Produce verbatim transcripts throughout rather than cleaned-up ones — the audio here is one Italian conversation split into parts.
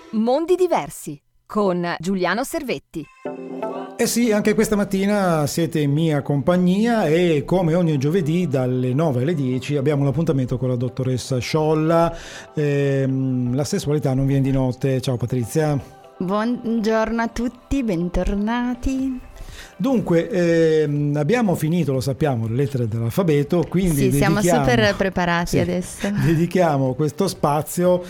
Mondi diversi con Giuliano Servetti. Eh sì, anche questa mattina siete in mia compagnia e come ogni giovedì dalle nove alle dieci abbiamo l'appuntamento con la dottoressa Sciolla. Ehm, la sessualità non viene di notte. Ciao Patrizia. Buongiorno a tutti, bentornati. Dunque, ehm, abbiamo finito, lo sappiamo, le lettere dell'alfabeto, quindi sì, siamo super preparati sì, adesso. Dedichiamo questo spazio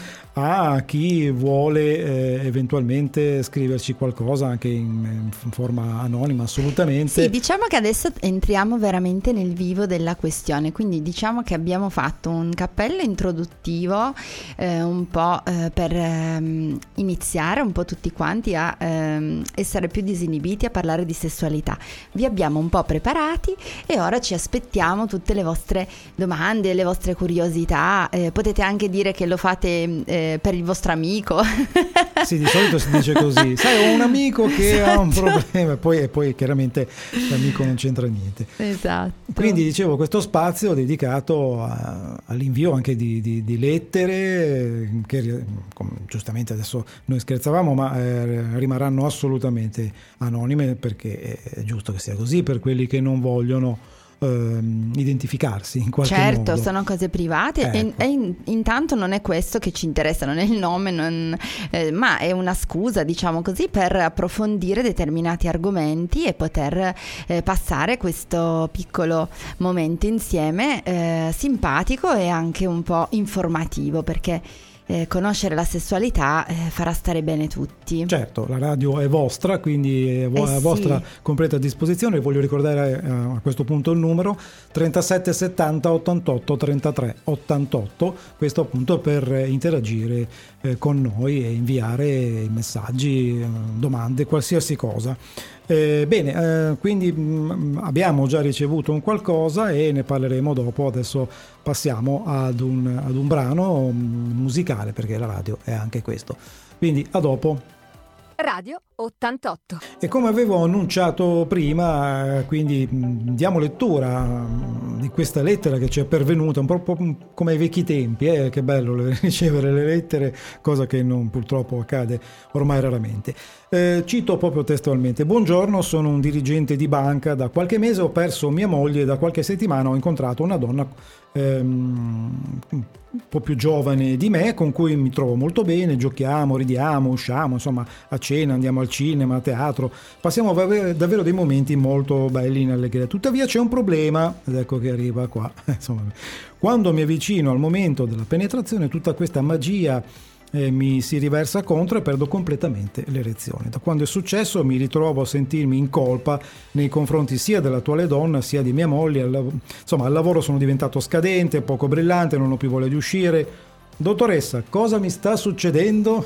a chi vuole eh, eventualmente scriverci qualcosa anche in, in forma anonima, assolutamente. Sì, diciamo che adesso entriamo veramente nel vivo della questione, quindi diciamo che abbiamo fatto un cappello introduttivo eh, un po' eh, per ehm, iniziare un po' tutti quanti a ehm, essere più disinibiti a parlare di sessualità. Vi abbiamo un po' preparati e ora ci aspettiamo tutte le vostre domande, le vostre curiosità. Eh, potete anche dire che lo fate eh, per il vostro amico. Sì, di solito si dice così. Sai, ho un amico che esatto. ha un problema e poi, e poi chiaramente l'amico non c'entra niente. Esatto. Quindi dicevo, questo spazio dedicato a, all'invio anche di, di, di lettere che come, giustamente adesso noi scherzavamo, ma eh, rimarranno assolutamente anonime, perché è giusto che sia così per quelli che non vogliono Uh, identificarsi in qualche certo, modo. Certo, sono cose private. Ecco. e, e in, intanto non è questo che ci interessa, non è il nome, non, eh, ma è una scusa, diciamo così, per approfondire determinati argomenti e poter eh, passare questo piccolo momento insieme eh, simpatico e anche un po' informativo, perché Eh, conoscere la sessualità eh, farà stare bene tutti. Certo, la radio è vostra, quindi è vo- eh a vostra sì. completa disposizione. Voglio ricordare eh, a questo punto il numero trentasette settanta ottantotto trentatré ottantotto, questo appunto per interagire eh, con noi e inviare messaggi, eh, domande, qualsiasi cosa. Eh, bene, eh, quindi mh, abbiamo già ricevuto un qualcosa e ne parleremo dopo. Adesso passiamo ad un, ad un brano mh, musicale, perché la radio è anche questo. Quindi a dopo. Radio ottantotto. E come avevo annunciato prima, quindi mh, diamo lettura mh, di questa lettera che ci è pervenuta, un po' come ai vecchi tempi, eh? Che bello ricevere le lettere, cosa che non purtroppo accade ormai raramente. Eh, cito proprio testualmente: buongiorno, sono un dirigente di banca, da qualche mese ho perso mia moglie e da qualche settimana ho incontrato una donna ehm, un po' più giovane di me, con cui mi trovo molto bene, giochiamo, ridiamo, usciamo, insomma a cena, andiamo al cinema, a teatro, passiamo davvero dei momenti molto belli in allegria. Tuttavia c'è un problema, ed ecco che arriva qua. Insomma, quando mi avvicino al momento della penetrazione, tutta questa magia Eh, mi si riversa contro e perdo completamente l'erezione. Da quando è successo mi ritrovo a sentirmi in colpa nei confronti sia dell'attuale donna sia di mia moglie. Al lav- insomma, al lavoro sono diventato scadente, poco brillante, non ho più voglia di uscire. Dottoressa, cosa mi sta succedendo?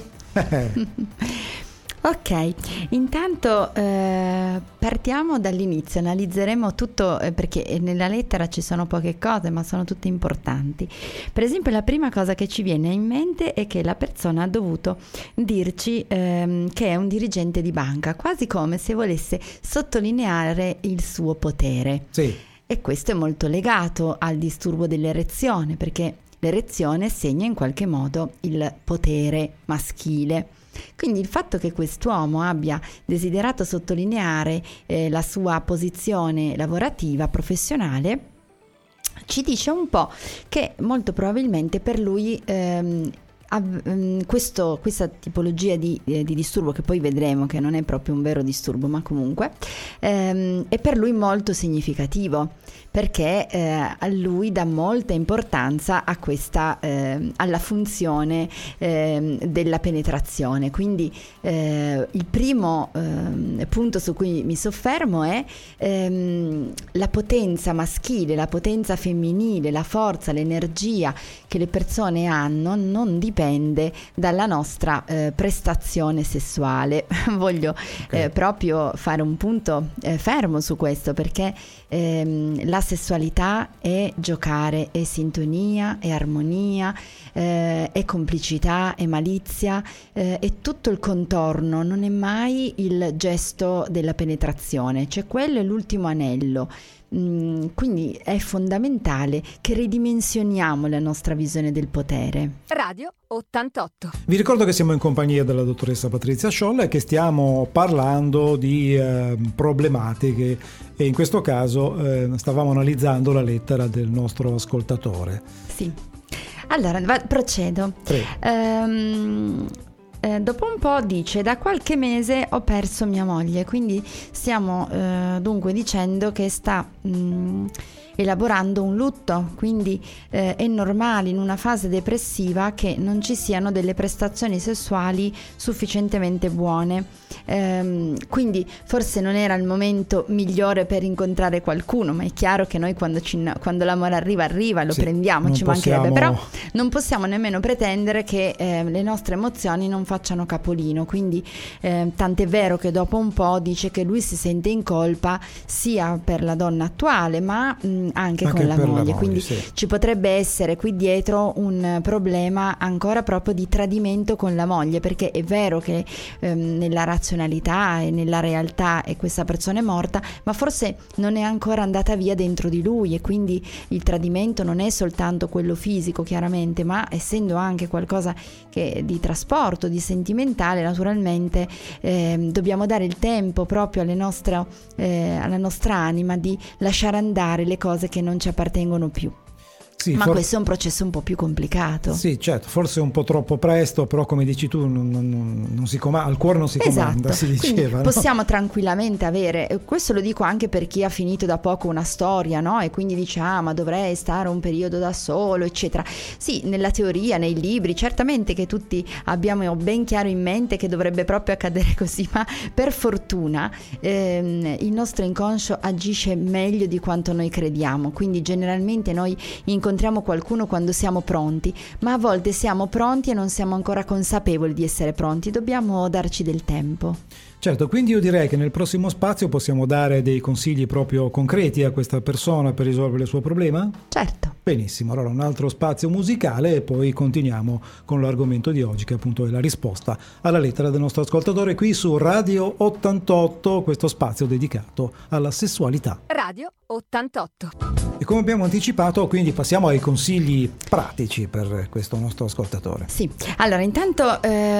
Ok, intanto eh, partiamo dall'inizio, analizzeremo tutto eh, perché nella lettera ci sono poche cose ma sono tutte importanti. Per esempio, la prima cosa che ci viene in mente è che la persona ha dovuto dirci ehm, che è un dirigente di banca, quasi come se volesse sottolineare il suo potere. Sì. E questo è molto legato al disturbo dell'erezione, perché l'erezione segna in qualche modo il potere maschile. Quindi il fatto che quest'uomo abbia desiderato sottolineare eh, la sua posizione lavorativa, professionale, ci dice un po' che molto probabilmente per lui ehm, questo, questa tipologia di, eh, di disturbo, che poi vedremo che non è proprio un vero disturbo, ma comunque ehm, è per lui molto significativo, perché eh, a lui dà molta importanza a questa eh, alla funzione eh, della penetrazione. Quindi eh, il primo eh, punto su cui mi soffermo è ehm, la potenza maschile, la potenza femminile, la forza, l'energia che le persone hanno non dipende dalla nostra eh, prestazione sessuale. Voglio okay. eh, proprio fare un punto eh, fermo su questo, perché ehm, la sessualità è giocare, è sintonia, è armonia, eh, è complicità, è malizia, eh, è tutto il contorno, non è mai il gesto della penetrazione, cioè quello è l'ultimo anello. Mm, quindi è fondamentale che ridimensioniamo la nostra visione del potere. Radio ottantotto. Vi ricordo che siamo in compagnia della dottoressa Patrizia Sciolla e che stiamo parlando di eh, problematiche, e in questo caso eh, stavamo analizzando la lettera del nostro ascoltatore. Sì. Allora, va, procedo. Ehm, eh, dopo un po' dice: da qualche mese ho perso mia moglie, quindi stiamo eh, dunque dicendo che sta mh, elaborando un lutto, quindi eh, è normale in una fase depressiva che non ci siano delle prestazioni sessuali sufficientemente buone. Ehm, quindi forse non era il momento migliore per incontrare qualcuno, ma è chiaro che noi quando, ci, quando l'amore arriva arriva, lo sì, prendiamo, ci possiamo... mancherebbe, però non possiamo nemmeno pretendere che eh, le nostre emozioni non facciano capolino, quindi eh, tant'è vero che dopo un po' dice che lui si sente in colpa sia per la donna attuale ma mh, anche, anche con la moglie, la moglie, quindi sì. Ci potrebbe essere qui dietro un problema ancora proprio di tradimento con la moglie, perché è vero che ehm, nella razionalità e nella realtà è questa persona è morta, ma forse non è ancora andata via dentro di lui, e quindi il tradimento non è soltanto quello fisico chiaramente, ma essendo anche qualcosa che di trasporto, di sentimentale, naturalmente ehm, dobbiamo dare il tempo proprio alle nostre, eh, alla nostra anima di lasciare andare le cose che non ci appartengono più. Sì, ma for- questo è un processo un po' più complicato. Sì, certo, forse un po' troppo presto, però come dici tu non, non, non si comanda, al cuore non si esatto. comanda, si diceva. No? Possiamo tranquillamente avere, questo lo dico anche per chi ha finito da poco una storia, no? E quindi dice ah ma dovrei stare un periodo da solo eccetera. Sì, nella teoria, nei libri, certamente che tutti abbiamo ben chiaro in mente che dovrebbe proprio accadere così, ma per fortuna ehm, il nostro inconscio agisce meglio di quanto noi crediamo, quindi generalmente noi incontriamo incontriamo qualcuno quando siamo pronti, ma a volte siamo pronti e non siamo ancora consapevoli di essere pronti, dobbiamo darci del tempo. Certo, quindi io direi che nel prossimo spazio possiamo dare dei consigli proprio concreti a questa persona per risolvere il suo problema? Certo. Benissimo, allora un altro spazio musicale e poi continuiamo con l'argomento di oggi, che appunto è la risposta alla lettera del nostro ascoltatore qui su Radio ottantotto, questo spazio dedicato alla sessualità. Radio ottantotto. E come abbiamo anticipato, quindi passiamo ai consigli pratici per questo nostro ascoltatore. Sì, allora intanto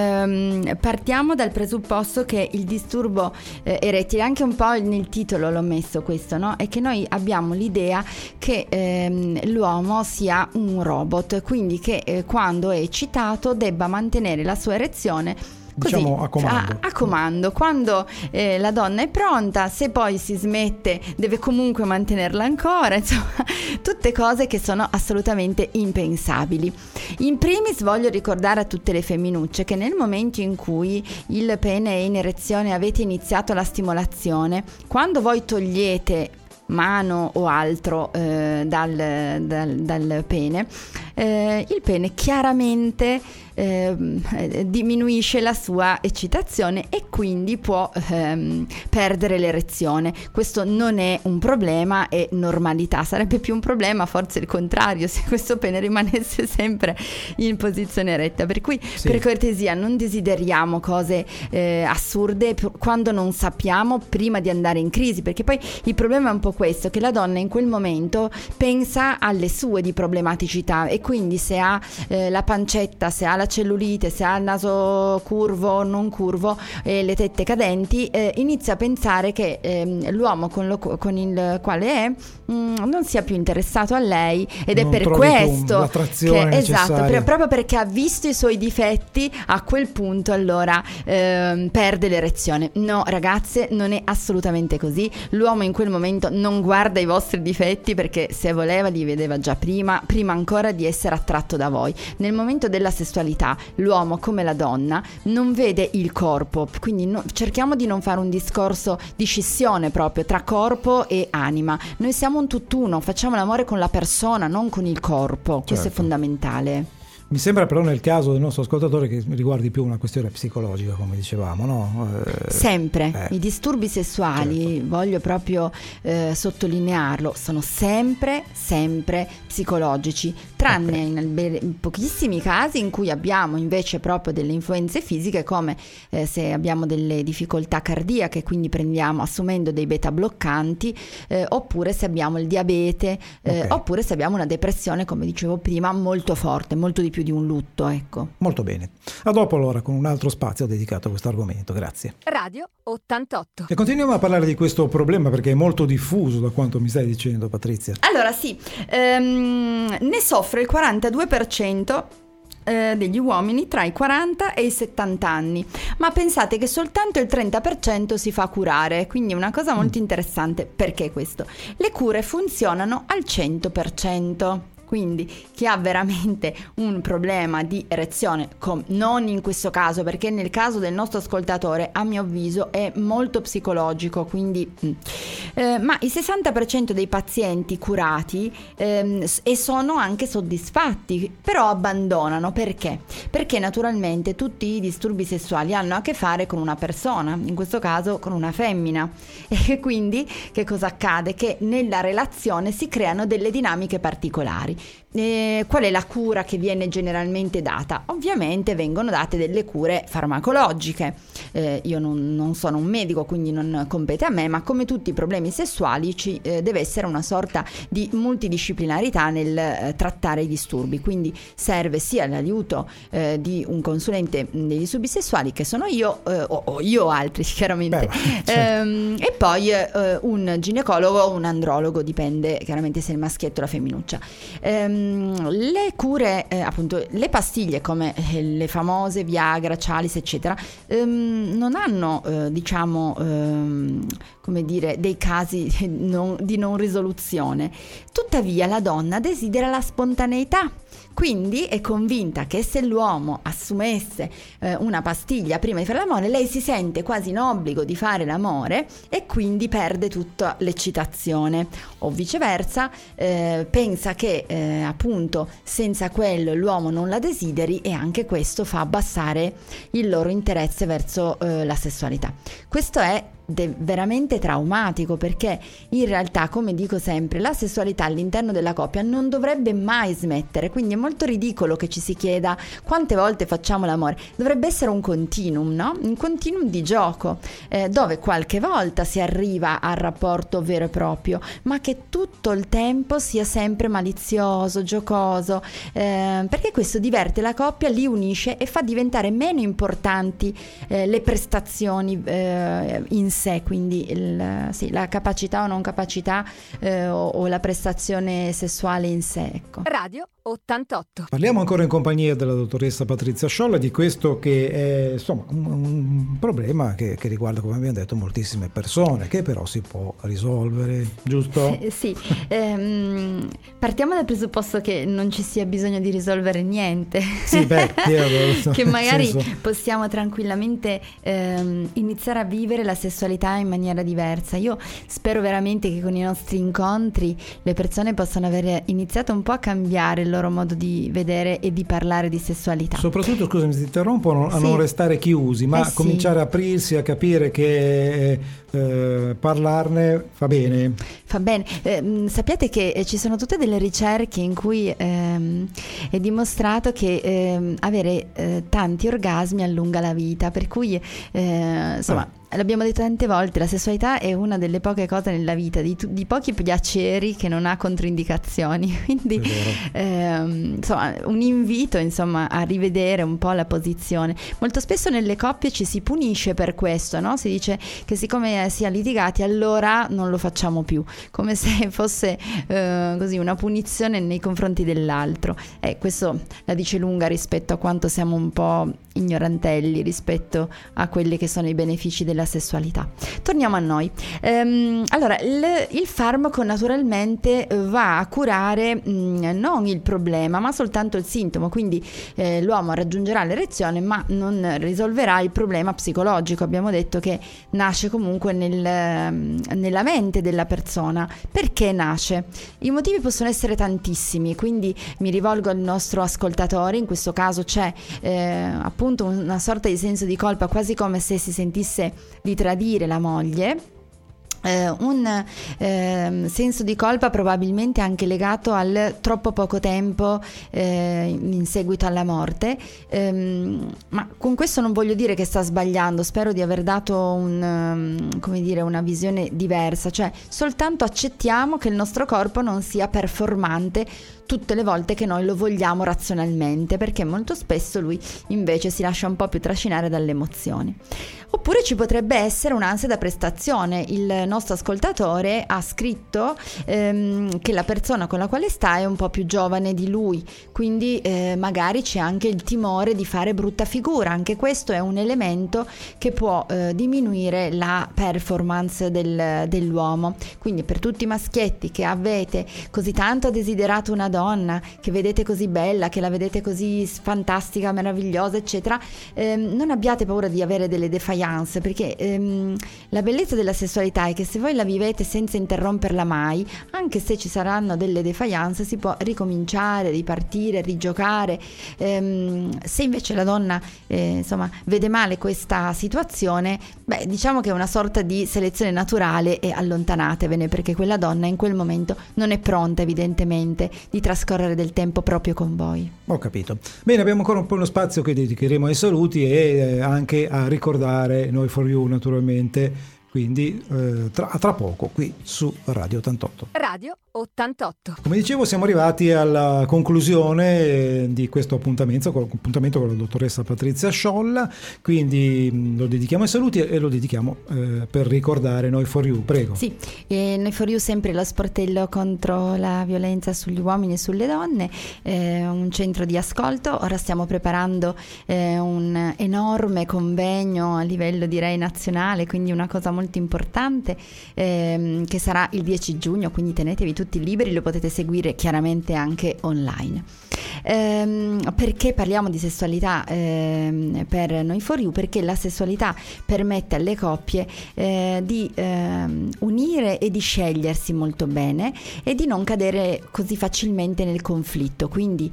ehm, partiamo dal presupposto che il disturbo eh, erettile, anche un po' nel titolo l'ho messo questo, no? È che noi abbiamo l'idea che ehm, l'uomo sia un robot, quindi che eh, quando è eccitato debba mantenere la sua erezione così, diciamo a comando. A, a comando. Quando eh, la donna è pronta, se poi si smette deve comunque mantenerla ancora, insomma tutte cose che sono assolutamente impensabili. In primis voglio ricordare a tutte le femminucce che nel momento in cui il pene è in erezione e avete iniziato la stimolazione, quando voi togliete mano o altro eh, dal, dal, dal pene, eh, il pene chiaramente eh, diminuisce la sua eccitazione e quindi può ehm, perdere l'erezione. Questo non è un problema, è normalità. Sarebbe più un problema forse il contrario, se questo pene rimanesse sempre in posizione eretta, per cui sì. Per cortesia non desideriamo cose eh, assurde quando non sappiamo, prima di andare in crisi, perché poi il problema è un po' questo, che la donna in quel momento pensa alle sue di problematicità, e quindi se ha eh, la pancetta, se ha la cellulite, se ha il naso curvo o non curvo e le tette cadenti, eh, inizia a pensare che eh, l'uomo con, lo, con il quale è mh, non sia più interessato a lei, ed non è per questo l'attrazione che, esatto, per, proprio perché ha visto i suoi difetti, a quel punto allora eh, perde l'erezione. No ragazze, non è assolutamente così. L'uomo in quel momento non guarda i vostri difetti, perché se voleva li vedeva già prima, prima ancora di essere attratto da voi. Nel momento della sessualità l'uomo, come la donna, non vede il corpo, quindi no, cerchiamo di non fare un discorso di scissione proprio tra corpo e anima. Noi siamo un tutt'uno, facciamo l'amore con la persona, non con il corpo. Certo. Questo è fondamentale. Mi sembra però nel caso del nostro ascoltatore che riguardi più una questione psicologica, come dicevamo, no? Eh, sempre. Eh. I disturbi sessuali, certo. Voglio proprio eh, sottolinearlo, sono sempre, sempre psicologici. tranne Okay. in, be- in pochissimi casi in cui abbiamo invece proprio delle influenze fisiche, come eh, se abbiamo delle difficoltà cardiache, quindi prendiamo assumendo dei beta bloccanti, eh, oppure se abbiamo il diabete, eh, Ok. oppure se abbiamo una depressione, come dicevo prima, molto forte, molto di più di un lutto, ecco. Molto bene. A dopo allora con un altro spazio dedicato a questo argomento, grazie. Radio ottantotto. E continuiamo a parlare di questo problema perché è molto diffuso da quanto mi stai dicendo, Patrizia. Allora sì, ehm, ne soffre il quarantadue per cento eh, degli uomini tra i quaranta e i settanta anni, ma pensate che soltanto il trenta per cento si fa curare, quindi è una cosa molto interessante. Perché questo? Le cure funzionano al cento per cento. Quindi chi ha veramente un problema di erezione, com- non in questo caso, perché nel caso del nostro ascoltatore a mio avviso è molto psicologico, quindi mm. eh, ma il sessanta per cento dei pazienti curati ehm, s- e sono anche soddisfatti, però abbandonano. Perché? Perché naturalmente tutti i disturbi sessuali hanno a che fare con una persona, in questo caso con una femmina, e quindi che cosa accade? Che nella relazione si creano delle dinamiche particolari. Eh, qual è la cura che viene generalmente data? Ovviamente vengono date delle cure farmacologiche. Eh, io non, non sono un medico, quindi non compete a me, ma come tutti i problemi sessuali ci eh, deve essere una sorta di multidisciplinarità nel eh, trattare i disturbi. Quindi serve sia l'aiuto eh, di un consulente dei disturbi sessuali, che sono io, eh, o, o io o altri chiaramente, Beh, certo. ehm, e poi eh, un ginecologo o un andrologo, dipende chiaramente se è il maschietto o la femminuccia. Ehm, le cure, eh, appunto, le pastiglie come eh, le famose Viagra, Cialis, eccetera, ehm, non hanno, eh, diciamo, ehm, come dire, dei casi non, di non risoluzione. Tuttavia la donna desidera la spontaneità. Quindi è convinta che se l'uomo assumesse eh, una pastiglia prima di fare l'amore, lei si sente quasi in obbligo di fare l'amore e quindi perde tutta l'eccitazione, o viceversa eh, pensa che eh, appunto senza quello l'uomo non la desideri, e anche questo fa abbassare il loro interesse verso eh, la sessualità. Questo è de- veramente traumatico, perché in realtà, come dico sempre, la sessualità all'interno della coppia non dovrebbe mai smettere. Quindi è molto ridicolo che ci si chieda quante volte facciamo l'amore. Dovrebbe essere un continuum, no? Un continuum di gioco, eh, dove qualche volta si arriva al rapporto vero e proprio, ma che tutto il tempo sia sempre malizioso, giocoso, eh, perché questo diverte la coppia, li unisce e fa diventare meno importanti eh, le prestazioni eh, in sé, quindi il, sì, la capacità o non capacità eh, o, o la prestazione sessuale in sé, ecco. Radio ottantotto. Parliamo ancora in compagnia della dottoressa Patrizia Sciolla di questo che è insomma un, un problema che, che riguarda, come abbiamo detto, moltissime persone, che però si può risolvere, giusto? Eh, sì, ehm, partiamo dal presupposto che non ci sia bisogno di risolvere niente. Sì, beh, chiedo, che magari senso... possiamo tranquillamente ehm, iniziare a vivere la sessualità in maniera diversa. Io spero veramente che con i nostri incontri le persone possano aver iniziato un po' a cambiare il loro modo di vedere e di parlare di sessualità. Soprattutto, scusami, ti interrompo, a Sì. non restare chiusi, ma Eh sì. cominciare a aprirsi, a capire che eh, parlarne fa bene. Fa bene. Eh, sappiate che eh, ci sono tutte delle ricerche in cui ehm, è dimostrato che ehm, avere eh, tanti orgasmi allunga la vita, per cui eh, insomma... Ah. L'abbiamo detto tante volte, la sessualità è una delle poche cose nella vita, di, tu- di pochi piaceri che non ha controindicazioni, quindi ehm, insomma un invito insomma a rivedere un po' la posizione. Molto spesso nelle coppie ci si punisce per questo, no? Si dice che siccome si è litigati allora non lo facciamo più, come se fosse eh, così una punizione nei confronti dell'altro. E questo la dice lunga rispetto a quanto siamo un po' ignorantelli rispetto a quelli che sono i benefici della sessualità. Torniamo a noi. Ehm, allora, il, il farmaco naturalmente va a curare mh, non il problema, ma soltanto il sintomo. Quindi eh, l'uomo raggiungerà l'erezione, ma non risolverà il problema psicologico. Abbiamo detto che nasce comunque nel, nella mente della persona. Perché nasce? I motivi possono essere tantissimi, quindi mi rivolgo al nostro ascoltatore. In questo caso c'è eh, appunto una sorta di senso di colpa, quasi come se si sentisse di tradire la moglie, Eh, un eh, senso di colpa probabilmente anche legato al troppo poco tempo eh, in seguito alla morte, ehm, ma con questo non voglio dire che sta sbagliando, spero di aver dato un, um, come dire, una visione diversa, cioè soltanto accettiamo che il nostro corpo non sia performante tutte le volte che noi lo vogliamo razionalmente, perché molto spesso lui invece si lascia un po' più trascinare dalle emozioni. Oppure ci potrebbe essere un'ansia da prestazione. Il nostro ascoltatore ha scritto ehm, che la persona con la quale sta è un po' più giovane di lui, quindi eh, magari c'è anche il timore di fare brutta figura. Anche questo è un elemento che può eh, diminuire la performance del, dell'uomo. Quindi per tutti i maschietti che avete così tanto desiderato una donna, che vedete così bella, che la vedete così fantastica, meravigliosa, eccetera, ehm, non abbiate paura di avere delle defiance, perché ehm, la bellezza della sessualità è che se voi la vivete senza interromperla mai, anche se ci saranno delle defiance, si può ricominciare, ripartire, rigiocare. Ehm, se invece la donna eh, insomma vede male questa situazione, beh, diciamo che è una sorta di selezione naturale e allontanatevene, perché quella donna in quel momento non è pronta evidentemente di trascorrere del tempo proprio con voi. Ho capito. Bene, abbiamo ancora un po' uno spazio che dedicheremo ai saluti e anche a ricordare Noi for You naturalmente, quindi eh, tra, tra poco qui su Radio ottantotto. Radio ottantotto. Come dicevo, siamo arrivati alla conclusione di questo appuntamento, appuntamento con la dottoressa Patrizia Sciolla, quindi mh, lo dedichiamo ai saluti e lo dedichiamo eh, per ricordare Noi for You, prego. Sì, eh, Noi for You sempre lo sportello contro la violenza sugli uomini e sulle donne, eh, un centro di ascolto. Ora stiamo preparando eh, un enorme convegno a livello direi nazionale, quindi una cosa molto importante, ehm, che sarà il dieci giugno, quindi tenetevi tutti liberi, lo potete seguire chiaramente anche online. Ehm, perché parliamo di sessualità ehm, per Noi for You? Perché la sessualità permette alle coppie eh, di ehm, unire e di scegliersi molto bene e di non cadere così facilmente nel conflitto, quindi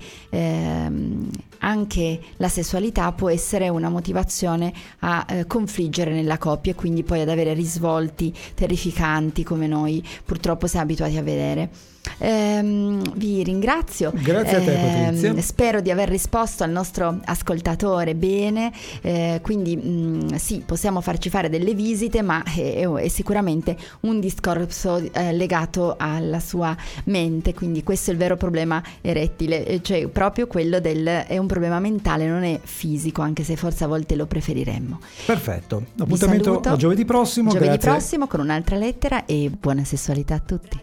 ehm, anche la sessualità può essere una motivazione a eh, confliggere nella coppia e quindi poi ad avere risvolti terrificanti come noi purtroppo siamo abituati a vedere. Ehm, vi ringrazio. Grazie a te, Patrizia. Ehm, spero di aver risposto al nostro ascoltatore bene, eh, quindi mh, sì, possiamo farci fare delle visite, ma è, è sicuramente un discorso eh, legato alla sua mente, quindi questo è il vero problema erettile, cioè proprio quello del è un problema mentale, non è fisico, anche se forse a volte lo preferiremmo. Perfetto, appuntamento a giovedì prossimo. Giovedì grazie. prossimo con un'altra lettera e buona sessualità a tutti.